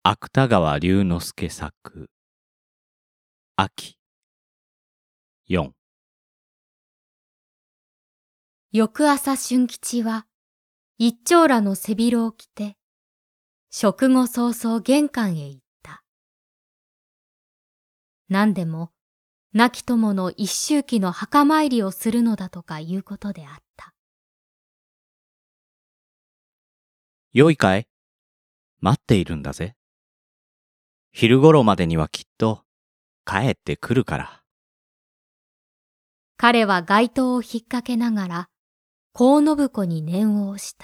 芥川龍之介作秋4。 翌朝俊吉は一張羅の背広を着て食後早々玄関へ行った。何でも亡き友の一周忌の墓参りをするのだとかいうことであった。 よいかい？待っているんだぜ。昼ごろまでにはきっと帰ってくるから。 彼は街灯を引っ掛けながら幸信子に念を押した。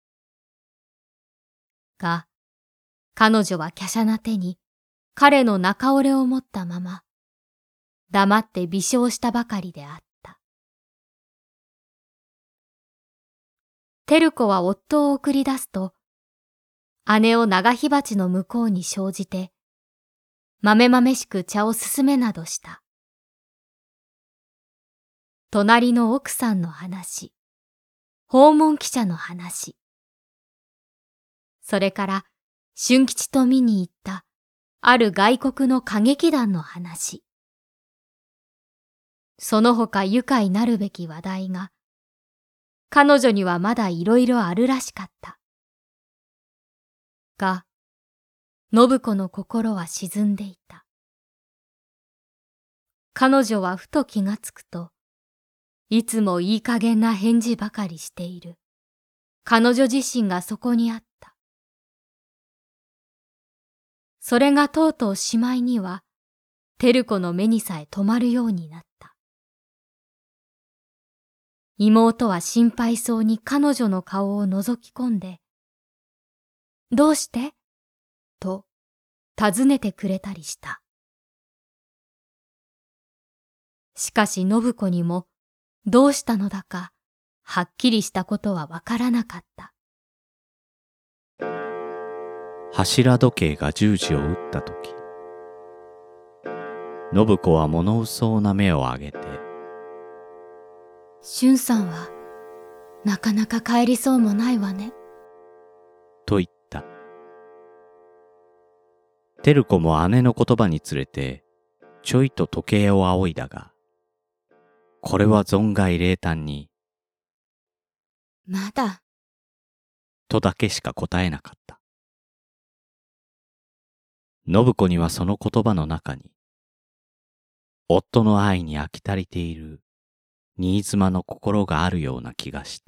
が、彼女は華奢な手に彼の中折れを持ったまま、黙って微笑したばかりであった。照子は夫を送り出すと、姉を長火鉢の向こうに生じて、まめまめしく茶を進めなどした。隣の奥さんの話、訪問記者の話、それから俊吉と見に行ったある外国の歌劇団の話、その他愉快なるべき話題が、彼女にはまだいろいろあるらしかった。が、信子の心は沈んでいた。彼女はふと気がつくと、いつもいい加減な返事ばかりしている。彼女自身がそこにあった。それがとうとうしまいには、照子の目にさえ留まるようになった。妹は心配そうに彼女の顔を覗き込んで、どうして？と尋ねてくれたりした。しかし信子にもどうしたのだかはっきりしたことはわからなかった。 柱時計が10時を打ったとき、信子は物憂そうな目を上げて、 俊さんはなかなか帰りそうもないわね。 と言った。照子も姉の言葉につれて、ちょいと時計を仰いだが、これは存外冷淡に、 まだ。 とだけしか答えなかった。信子にはその言葉の中に、夫の愛に飽き足りている新妻の心があるような気がした。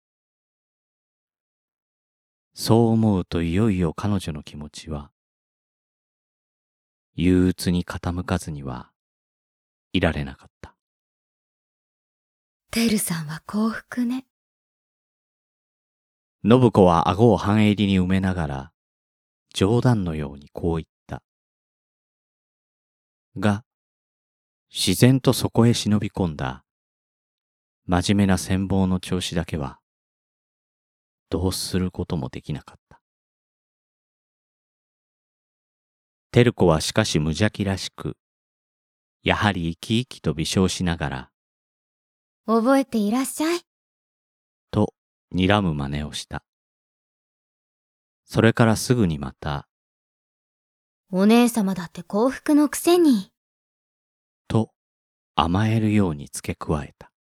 そう思うといよいよ彼女の気持ちは、憂鬱に傾かずにはいられなかった。 てるさんは幸福ね。 信子は顎を半襟に埋めながら、冗談のようにこう言った。が、自然とそこへ忍び込んだ、真面目な羨望の調子だけは、どうすることもできなかった。照子はしかし無邪気らしく、やはり生き生きと微笑しながら、 覚えていらっしゃい。 と睨む真似をした。それからすぐにまた、 お姉様だって幸福のくせに。 と甘えるように付け加えた。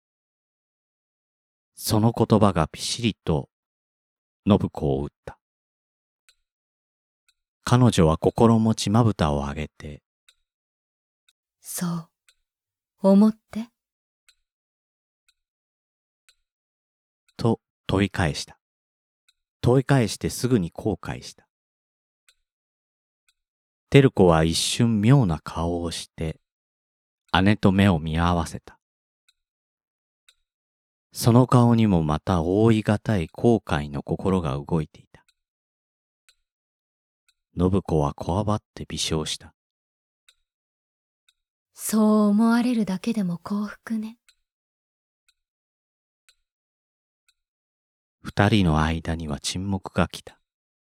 その言葉がピシリと信子を打った。彼女は心持ちまぶたを上げて、 そう、思って。 と問い返した。問い返してすぐに後悔した。照子は一瞬妙な顔をして、姉と目を見合わせた。その顔にもまた覆いがたい後悔の心が動いていた。信子はこわばって微笑した。 そう思われるだけでも幸福ね。 二人の間には沈黙が来た。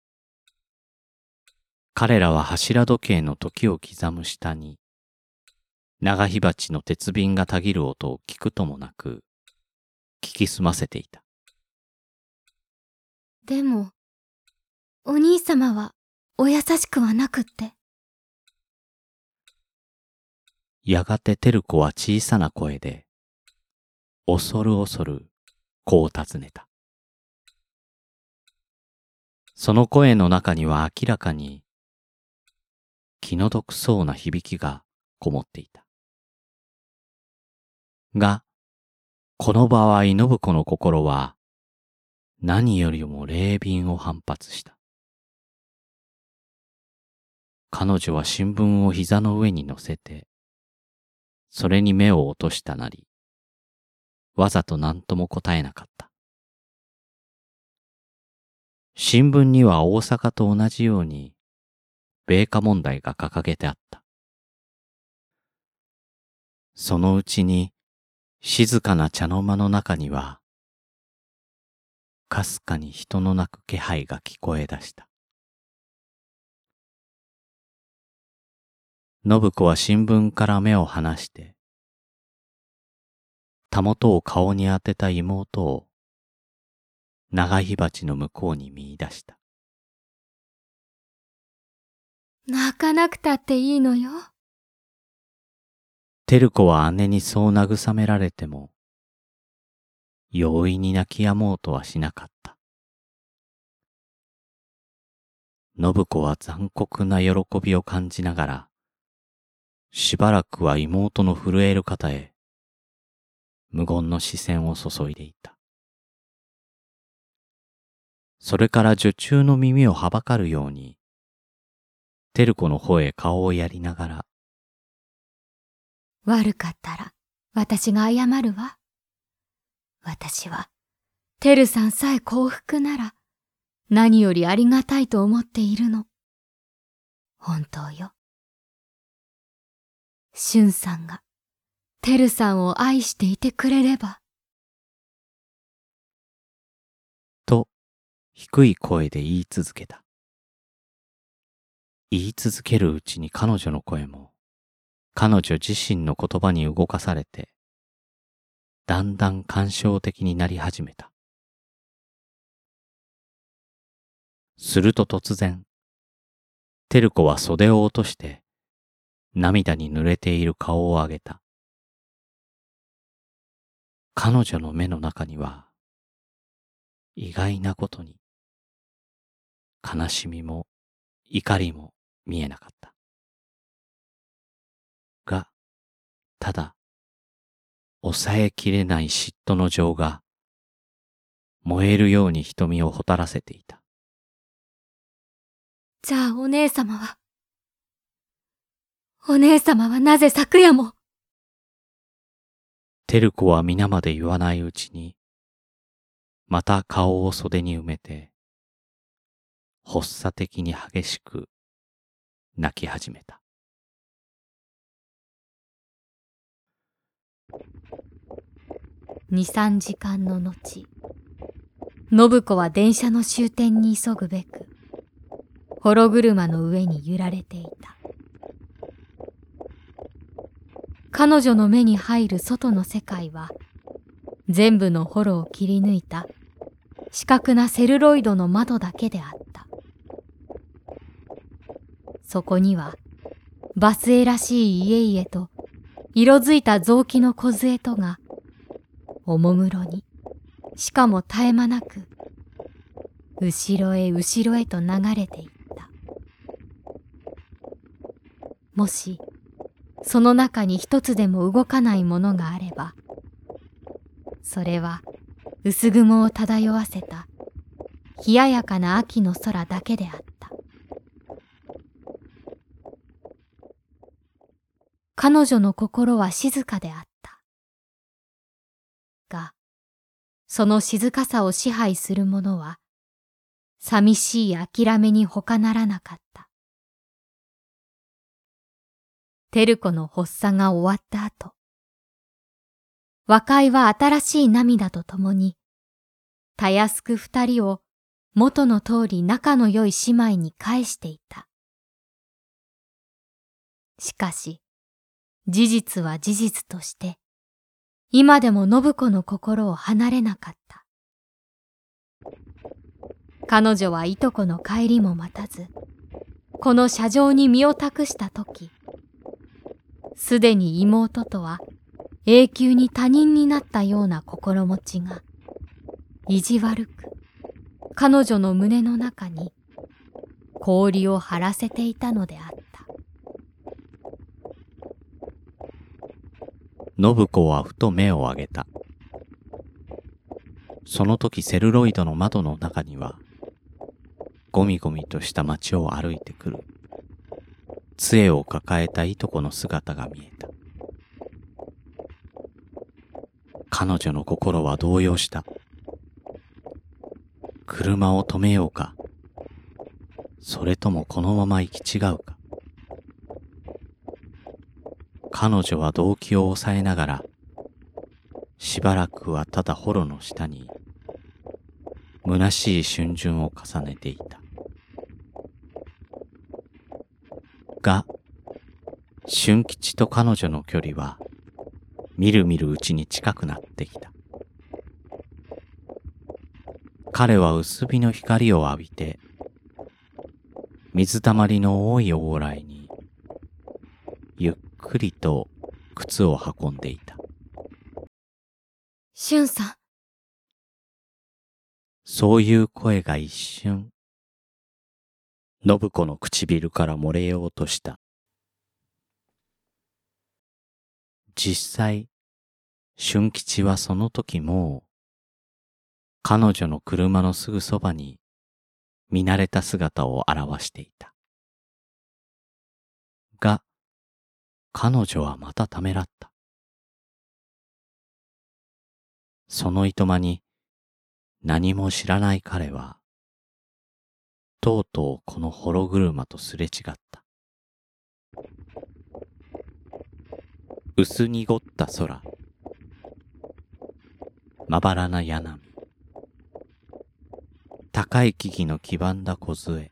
彼らは柱時計の時を刻む下に、長火鉢の鉄瓶がたぎる音を聞くともなく、聞き澄ませていた。 でも、お兄様はお優しくはなくって。 やがて照子は小さな声で、恐る恐るこう尋ねた。その声の中には明らかに気の毒そうな響きがこもっていた。が、この場合信子の心は何よりも冷敏を反発した。彼女は新聞を膝の上に乗せて、それに目を落としたなり、わざと何とも答えなかった。新聞には大阪と同じように、米価問題が掲げてあった。そのうちに、静かな茶の間の中には、かすかに人の鳴く気配が聞こえ出した。信子は新聞から目を離して、たもとを顔に当てた妹を、長火鉢の向こうに見出した。 泣かなくたっていいのよ。 照子は姉にそう慰められても、容易に泣き止もうとはしなかった。信子は残酷な喜びを感じながら、しばらくは妹の震える肩へ、無言の視線を注いでいた。それから女中の耳をはばかるように、照子の方へ顔をやりながら、 悪かったら私が謝るわ。私は、てるさんさえ幸福なら、何よりありがたいと思っているの。本当よ。俊さんが、てるさんを愛していてくれれば。 と、低い声で言い続けた。言い続けるうちに彼女の声も、彼女自身の言葉に動かされて、だんだん感傷的になり始めた。すると突然、照子は袖を落として、涙に濡れている顔を上げた。彼女の目の中には、意外なことに、悲しみも怒りも見えなかった。が、ただ、抑えきれない嫉妬の情が、燃えるように瞳をほたらせていた。 じゃあお姉様はなぜ昨夜も。 照子は皆まで言わないうちに、また顔を袖に埋めて、発作的に激しく泣き始めた。 2、3時間の後、信子は電車の終点に急ぐべく、幌車の上に揺られていた。彼女の目に入る外の世界は、全部の幌を切り抜いた四角なセルロイドの窓だけであった。そこには、バスへらしい家々と、色づいた雑木の梢とが、おもむろに、しかも絶え間なく、後ろへ後ろへと流れていった。もし、その中に一つでも動かないものがあれば、それは薄雲を漂わせた冷ややかな秋の空だけであった。彼女の心は静かであった。が、その静かさを支配するものは、寂しい諦めに他ならなかった。照子の発作が終わった後、和解は新しい涙とともに、たやすく二人を元の通り仲の良い姉妹に返していた。しかし、事実は事実として、今でも信子の心を離れなかった。彼女はいとこの帰りも待たず、 この車上に身を託したとき、すでに妹とは永久に他人になったような心持ちが意地悪く彼女の胸の中に氷を張らせていたのであった。 信子はふと目を上げた。その時セルロイドの窓の中にはゴミゴミとした街を歩いてくる杖を抱えたいとこの姿が見えた。彼女の心は動揺した。車を止めようか、それともこのまま行き違うか。彼女は動機を抑えながら、しばらくはただ幌の下に虚しい逡巡を重ねていた。が、俊吉と彼女の距離はみるみるうちに近くなってきた。彼は薄日の光を浴びて、水たまりの多い往来にゆっくりと靴を運んでいた。 俊さん。 そういう声が一瞬、信子の唇から漏れようとした。実際、俊吉はその時もう、彼女の車のすぐそばに見慣れた姿を現していた。が、彼女はまたためらった。そのいとまに何も知らない彼は、とうとうこの幌車とすれ違った。薄濁った空、まばらな柳、高い木々の黄ばんだ梢、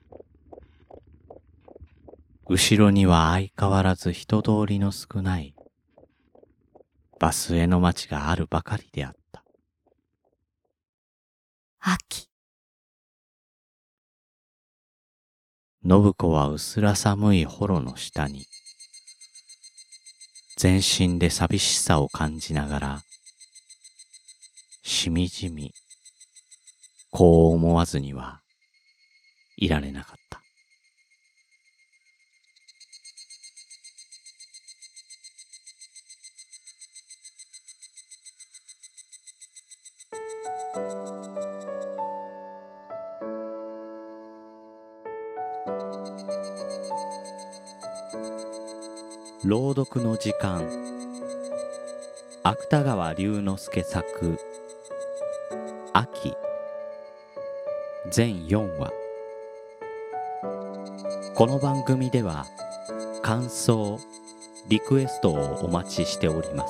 後ろには相変わらず人通りの少ないバスへの町があるばかりであった。 秋。 信子は薄ら寒い幌の下に、全身で寂しさを感じながら、しみじみ、こう思わずにはいられなかった。朗読の時間。芥川龍之介作秋全4話。この番組では感想リクエストをお待ちしております。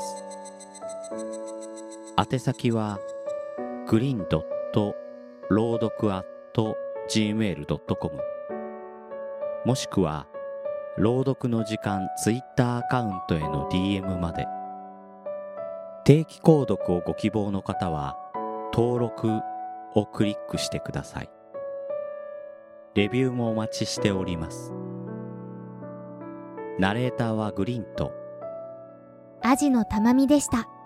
宛先はgreen.朗読@gmail.com もしくは朗読の時間ツイッターアカウントへの DM まで。定期購読をご希望の方は登録をクリックしてください。レビューもお待ちしております。ナレーターはグリーンとアジのたまみでした。